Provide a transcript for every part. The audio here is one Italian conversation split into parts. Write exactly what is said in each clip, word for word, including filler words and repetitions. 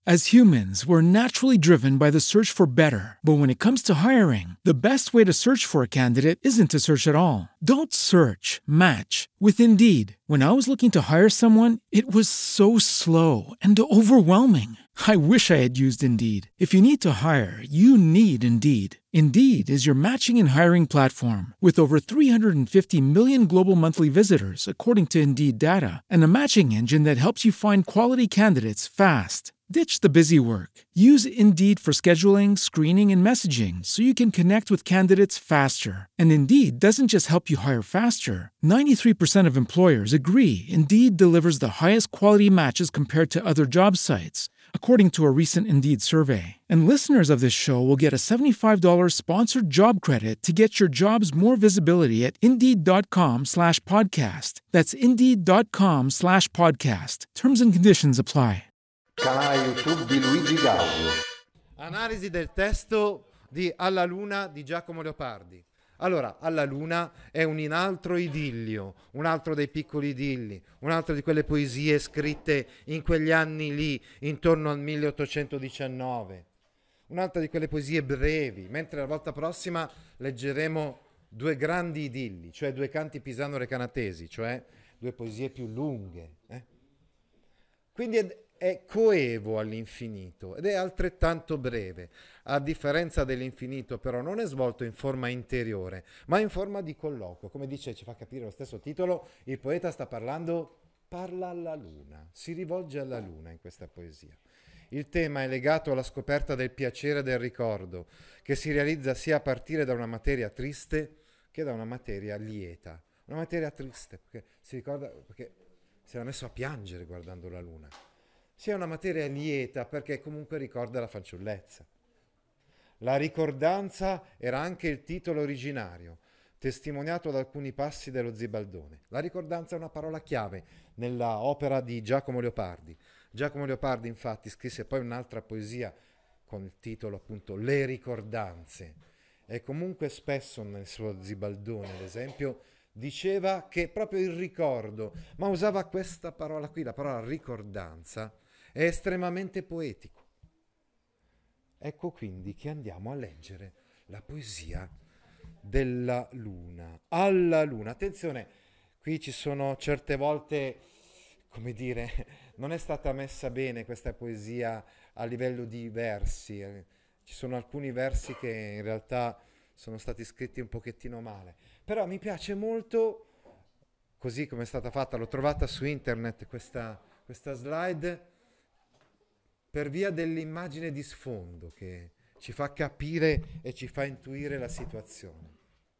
As humans, we're naturally driven by the search for better. But when it comes to hiring, the best way to search for a candidate isn't to search at all. Don't search, match with Indeed. When I was looking to hire someone, it was so slow and overwhelming. I wish I had used Indeed. If you need to hire, you need Indeed. Indeed is your matching and hiring platform with over three hundred fifty million global monthly visitors, according to Indeed data, and a matching engine that helps you find quality candidates fast. Ditch the busy work. Use Indeed for scheduling, screening, and messaging so you can connect with candidates faster. And Indeed doesn't just help you hire faster. ninety-three percent of employers agree Indeed delivers the highest quality matches compared to other job sites, according to a recent Indeed survey. And listeners of this show will get a seventy-five dollars sponsored job credit to get your jobs more visibility at Indeed.com slash podcast. That's Indeed.com slash podcast. Terms and conditions apply. Canale YouTube di Luigi Gaudio. Analisi del testo di Alla Luna di Giacomo Leopardi. Allora, Alla Luna è un altro idillio, un altro dei piccoli idilli, un'altra di quelle poesie scritte in quegli anni lì, intorno al milleottocentodiciannove. Un'altra di quelle poesie brevi, mentre la volta prossima leggeremo due grandi idilli, cioè due canti pisano-recanatesi, cioè due poesie più lunghe. Eh? Quindi è, è coevo all'infinito ed è altrettanto breve. A differenza dell'infinito, però, non è svolto in forma interiore, ma in forma di colloquio. Come dice, ci fa capire lo stesso titolo, il poeta sta parlando, parla alla luna, si rivolge alla luna in questa poesia. Il tema è legato alla scoperta del piacere del ricordo, che si realizza sia a partire da una materia triste che da una materia lieta. Una materia triste, perché si ricorda, perché si era messo a piangere guardando la luna. Sia una materia lieta, perché comunque ricorda la fanciullezza. La ricordanza era anche il titolo originario, testimoniato da alcuni passi dello Zibaldone. La ricordanza è una parola chiave nella opera di Giacomo Leopardi. Giacomo Leopardi, infatti, scrisse poi un'altra poesia con il titolo appunto Le ricordanze. E comunque spesso nel suo Zibaldone, ad esempio, diceva che proprio il ricordo, ma usava questa parola qui, la parola ricordanza, è estremamente poetico. Ecco quindi che andiamo a leggere la poesia della luna. Alla luna. Attenzione, qui ci sono certe volte, come dire, non è stata messa bene questa poesia a livello di versi. Ci sono alcuni versi che in realtà sono stati scritti un pochettino male. Però mi piace molto, così come è stata fatta, l'ho trovata su internet questa, questa slide, per via dell'immagine di sfondo che ci fa capire e ci fa intuire la situazione.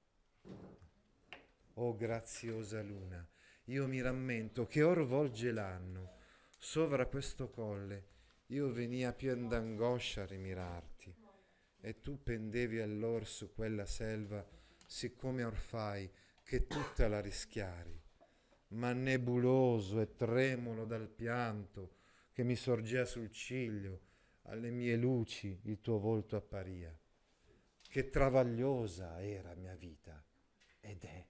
Oh graziosa luna, io mi rammento che or volge l'anno, sovra questo colle io venia pien d'angoscia a rimirarti, e tu pendevi allor su quella selva, siccome or fai che tutta la rischiari, ma nebuloso e tremulo dal pianto che mi sorgea sul ciglio, alle mie luci il tuo volto apparia. Che travagliosa era mia vita, ed è,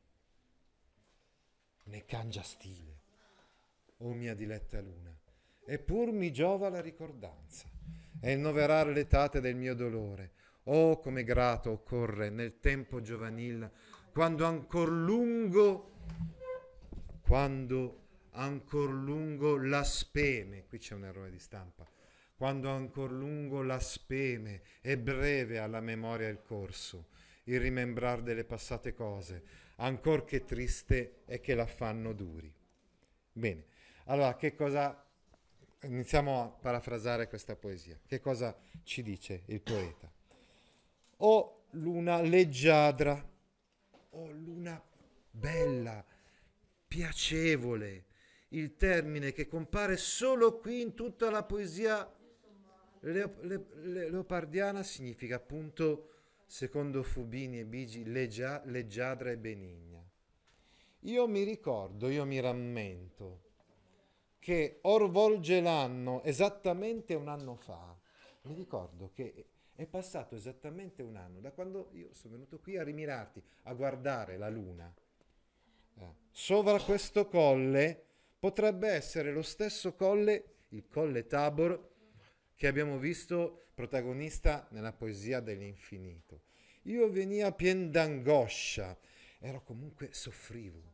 ne cangia stile, o mia diletta luna, eppur mi giova la ricordanza, e il noverar l'etate del mio dolore. Oh, come grato occorre nel tempo giovanil, quando ancor lungo, quando ancor lungo la speme, qui c'è un errore di stampa, quando ancor lungo la speme e breve alla memoria il corso, il rimembrar delle passate cose, ancor che triste e che la fanno duri. Bene, allora che cosa, iniziamo a parafrasare questa poesia. Che cosa ci dice il poeta? O luna leggiadra, o luna bella, piacevole, il termine che compare solo qui in tutta la poesia leo, le, le, leopardiana significa appunto, secondo Fubini e Bigi, leggia, leggiadra e benigna. Io mi ricordo, io mi rammento che or volge l'anno esattamente un anno fa. Mi ricordo che è passato esattamente un anno da quando io sono venuto qui a rimirarti, a guardare la luna. Eh. Sovra questo colle potrebbe essere lo stesso colle, il colle Tabor, che abbiamo visto protagonista nella poesia dell'infinito. Io venia pien d'angoscia, ero comunque soffrivo,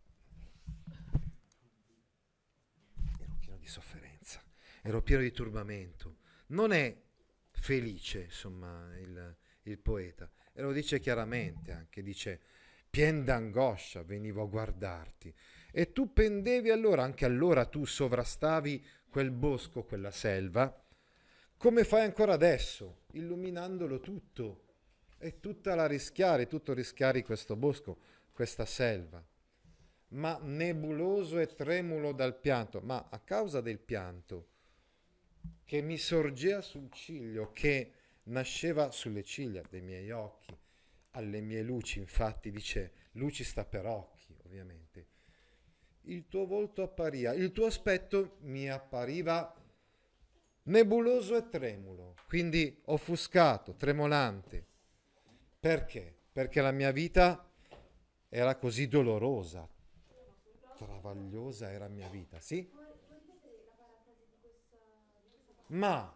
ero pieno di sofferenza, ero pieno di turbamento. Non è felice, insomma, il, il poeta, e lo dice chiaramente anche, dice pien d'angoscia venivo a guardarti, e tu pendevi allora, anche allora tu sovrastavi quel bosco, quella selva, come fai ancora adesso, illuminandolo tutto, e tutta la rischiari, tutto rischiari questo bosco, questa selva. Ma nebuloso e tremulo dal pianto, ma a causa del pianto che mi sorgeva sul ciglio, che nasceva sulle ciglia dei miei occhi, alle mie luci, infatti dice, luci sta per occhi, ovviamente. Il tuo volto apparia, il tuo aspetto mi appariva nebuloso e tremulo, quindi offuscato, tremolante. Perché? Perché la mia vita era così dolorosa, travagliosa era mia vita, sì? Ma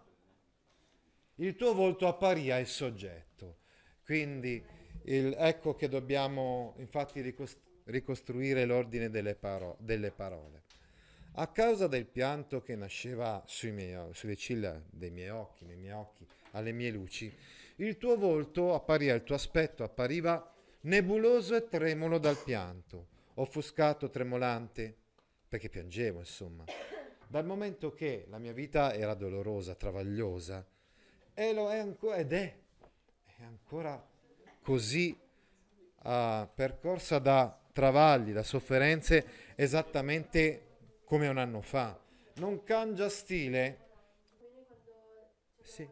il tuo volto apparia il soggetto, quindi il, ecco che dobbiamo infatti ricost- ricostruire l'ordine delle, paro- delle parole. A causa del pianto che nasceva sui miei, sulle ciglia dei miei occhi, nei miei occhi, alle mie luci, il tuo volto appariva, il tuo aspetto appariva nebuloso e tremulo dal pianto, offuscato, tremolante, perché piangevo, insomma. Dal momento che la mia vita era dolorosa, travagliosa, e lo è ancora, ed è, è ancora così uh, percorsa da travagli, da sofferenze, esattamente come un anno fa. Non cangia stile? Sì.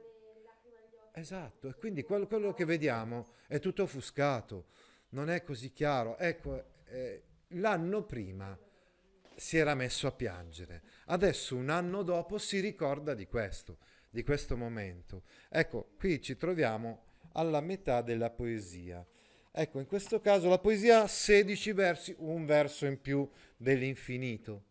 Esatto, e quindi quello, quello che vediamo è tutto offuscato, non è così chiaro. Ecco, eh, l'anno prima si era messo a piangere, adesso un anno dopo si ricorda di questo, di questo momento. Ecco, qui ci troviamo alla metà della poesia. Ecco, in questo caso la poesia ha sedici versi, un verso in più dell'infinito.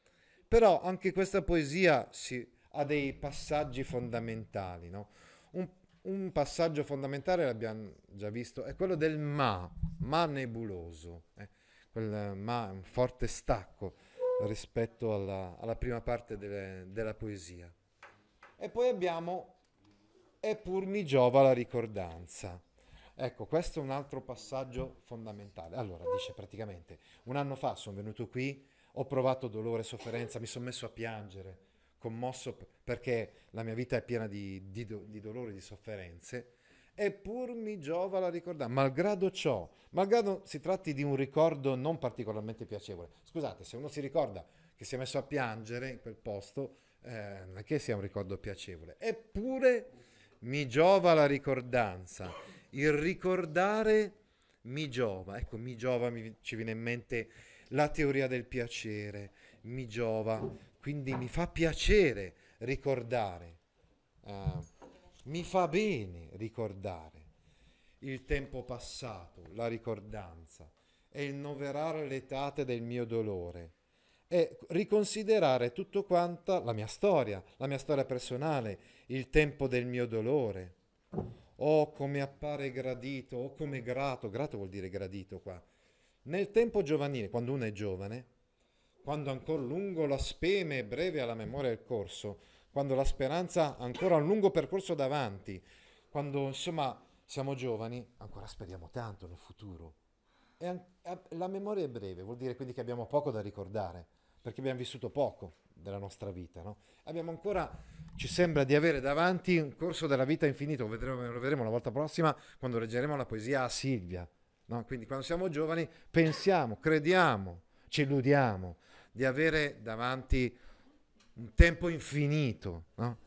Però anche questa poesia si, ha dei passaggi fondamentali, no? Un, un passaggio fondamentale l'abbiamo già visto, è quello del ma, ma nebuloso, eh? Quel ma, un forte stacco rispetto alla, alla prima parte delle, della poesia. E poi abbiamo e pur mi giova la ricordanza. Ecco, questo è un altro passaggio fondamentale. Allora, dice praticamente, un anno fa sono venuto qui, ho provato dolore e sofferenza, mi sono messo a piangere, commosso p- perché la mia vita è piena di, di, do- di dolori, di sofferenze, eppur mi giova la ricordanza, malgrado ciò, malgrado si tratti di un ricordo non particolarmente piacevole. Scusate, se uno si ricorda che si è messo a piangere in quel posto, eh, non è che sia un ricordo piacevole, eppure mi giova la ricordanza, il ricordare mi giova, ecco, mi giova, mi, ci viene in mente la teoria del piacere, mi giova, quindi mi fa piacere ricordare, uh, mi fa bene ricordare il tempo passato, la ricordanza, e il noverare le date del mio dolore, e riconsiderare tutto quanta la mia storia, la mia storia personale, il tempo del mio dolore. Oh, come appare gradito, oh, come grato, grato vuol dire gradito qua. Nel tempo giovanile, quando uno è giovane, quando ancora lungo la speme e breve alla memoria il corso, quando la speranza ha ancora un lungo percorso davanti, quando insomma siamo giovani, ancora speriamo tanto nel futuro. E an- la memoria è breve, vuol dire quindi che abbiamo poco da ricordare, perché abbiamo vissuto poco della nostra vita, no? Abbiamo ancora, ci sembra di avere davanti un corso della vita infinito, lo vedremo, lo vedremo la volta prossima quando leggeremo la poesia a Silvia, no? Quindi quando siamo giovani pensiamo, crediamo, ci illudiamo di avere davanti un tempo infinito, no?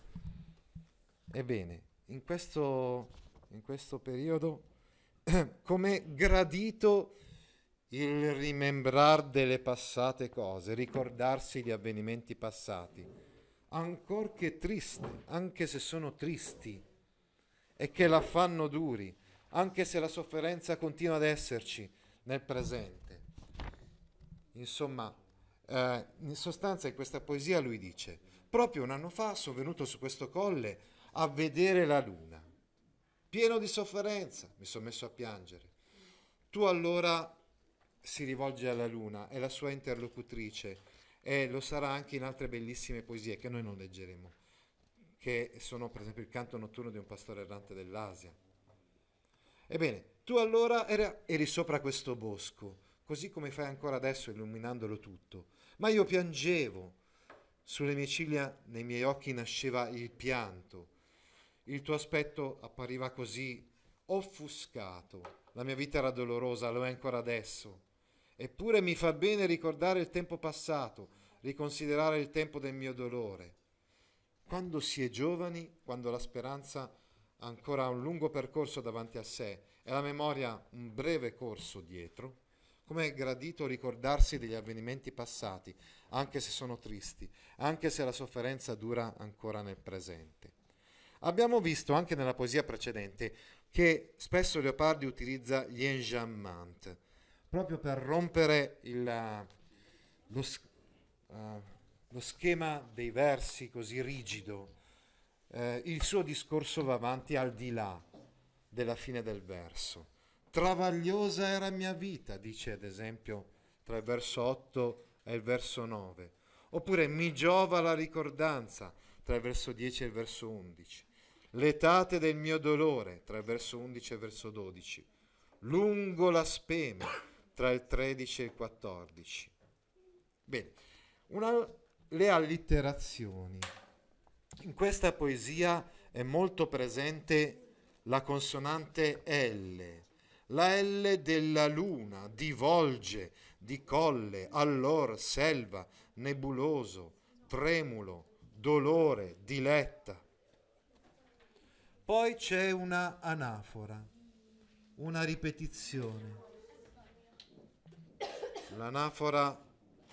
Ebbene, in questo, in questo periodo, come gradito il rimembrar delle passate cose, ricordarsi gli avvenimenti passati, ancor che triste, anche se sono tristi, e che la fanno duri, anche se la sofferenza continua ad esserci nel presente. Insomma, eh, in sostanza in questa poesia lui dice, Proprio un anno fa sono venuto su questo colle a vedere la luna, pieno di sofferenza, mi sono messo a piangere. Tu allora si rivolge alla luna, è la sua interlocutrice e lo sarà anche in altre bellissime poesie che noi non leggeremo, che sono per esempio il canto notturno di un pastore errante dell'Asia. Ebbene, tu allora era, eri sopra questo bosco, così come fai ancora adesso illuminandolo tutto, ma io piangevo, sulle mie ciglia, nei miei occhi nasceva il pianto, il tuo aspetto appariva così offuscato, la mia vita era dolorosa, lo è ancora adesso. Eppure mi fa bene ricordare il tempo passato, riconsiderare il tempo del mio dolore. Quando si è giovani, quando la speranza ha ancora un lungo percorso davanti a sé e la memoria un breve corso dietro, come è gradito ricordarsi degli avvenimenti passati, anche se sono tristi, anche se la sofferenza dura ancora nel presente. Abbiamo visto anche nella poesia precedente che spesso Leopardi utilizza gli enjambments, proprio per rompere il, lo, uh, lo schema dei versi così rigido. Uh, il suo discorso va avanti al di là della fine del verso. Travagliosa era mia vita, dice ad esempio tra il verso otto e il verso nove. Oppure mi giova la ricordanza tra il verso dieci e il verso undici. L'etate del mio dolore tra il verso undici e il verso dodici. Lungo la speme tra il tredici e il quattordici. Bene, una, le allitterazioni. In questa poesia è molto presente la consonante L, la L della luna, di volge, di colle, allor, selva, nebuloso, tremulo, dolore, diletta. Poi c'è una anafora, una ripetizione. L'anafora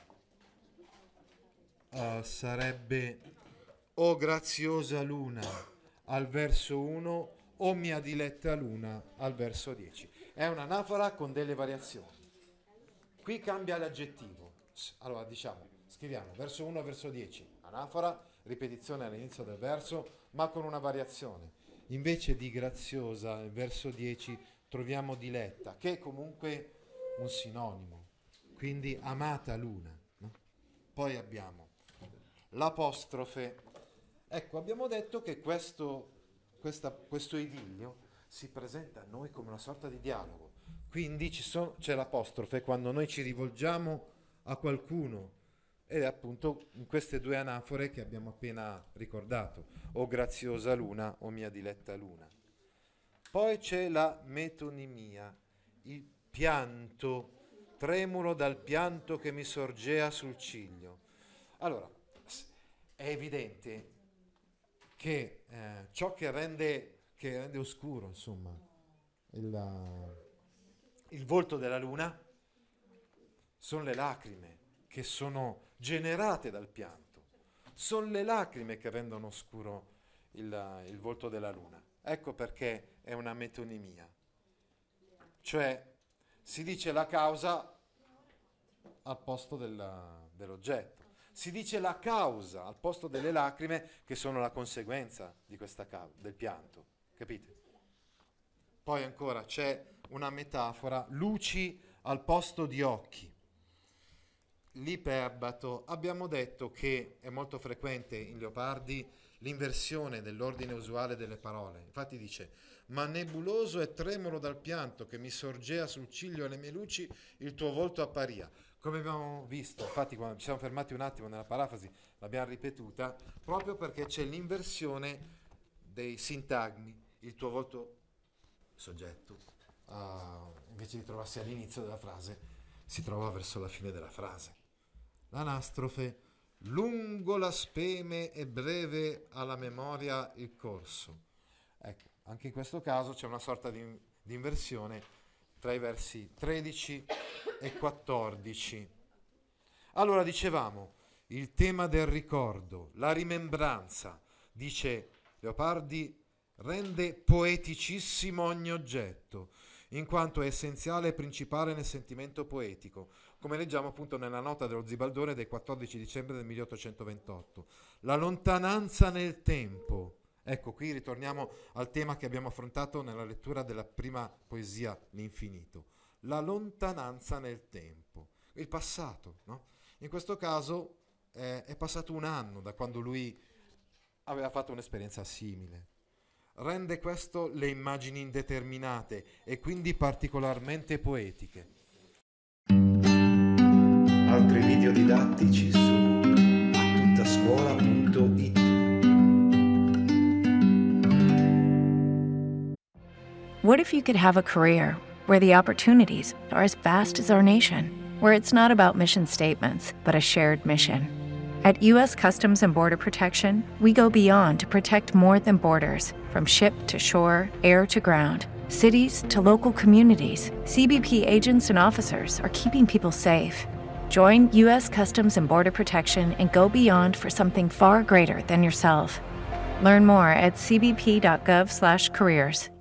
uh, sarebbe o graziosa luna al verso uno o mia diletta luna al verso dieci. È un'anafora con delle variazioni. Qui cambia l'aggettivo. Allora diciamo, scriviamo verso uno e verso dieci, anafora, ripetizione all'inizio del verso, ma con una variazione. Invece di graziosa al verso dieci troviamo diletta, che è comunque un sinonimo. Quindi amata luna, no? Poi abbiamo l'apostrofe. Ecco, abbiamo detto che questo, questa, questo idillio si presenta a noi come una sorta di dialogo. Quindi ci sono, c'è l'apostrofe quando noi ci rivolgiamo a qualcuno, ed è appunto in queste due anafore che abbiamo appena ricordato, o graziosa luna o mia diletta luna. Poi c'è la metonimia, il pianto, tremulo dal pianto che mi sorgea sul ciglio. Allora, è evidente che eh, ciò che rende, che rende oscuro, insomma, il, il volto della luna sono le lacrime che sono generate dal pianto. Sono le lacrime che rendono oscuro il, il volto della luna. Ecco perché è una metonimia. Cioè, si dice la causa al posto della, dell'oggetto. Si dice la causa al posto delle lacrime che sono la conseguenza di questa causa, del pianto. Capite? Poi ancora c'è una metafora, luci al posto di occhi. L'iperbato, abbiamo detto che è molto frequente in Leopardi l'inversione dell'ordine usuale delle parole. Infatti dice: ma nebuloso e tremolo dal pianto che mi sorgea sul ciglio e le mie luci il tuo volto apparia. Come abbiamo visto, infatti quando ci siamo fermati un attimo nella parafrasi l'abbiamo ripetuta, proprio perché c'è l'inversione dei sintagmi, il tuo volto soggetto, uh, invece di trovarsi all'inizio della frase, si trova verso la fine della frase. L'anastrofe, lungo la speme e breve alla memoria il corso. Ecco, anche in questo caso c'è una sorta di, di inversione tra i versi tredici e quattordici. Allora dicevamo, il tema del ricordo, la rimembranza, dice Leopardi, rende poeticissimo ogni oggetto. in quanto è essenziale e principale nel sentimento poetico, come leggiamo appunto nella nota dello Zibaldone del quattordici dicembre del milleottocentoventotto. La lontananza nel tempo. Ecco, qui ritorniamo al tema che abbiamo affrontato nella lettura della prima poesia, L'Infinito. La lontananza nel tempo, il passato, no? In questo caso eh, è passato un anno da quando lui aveva fatto un'esperienza simile. Rende questo le immagini indeterminate e quindi particolarmente poetiche. Altri video didattici su attuttascuola punto it. What if you could have a career where the opportunities are as vast as our nation, where it's not about mission statements, but a shared mission? At U S Customs and Border Protection, we go beyond to protect more than borders. From ship to shore, air to ground, cities to local communities, C B P agents and officers are keeping people safe. Join U S Customs and Border Protection and go beyond for something far greater than yourself. Learn more at c b p dot gov slash careers.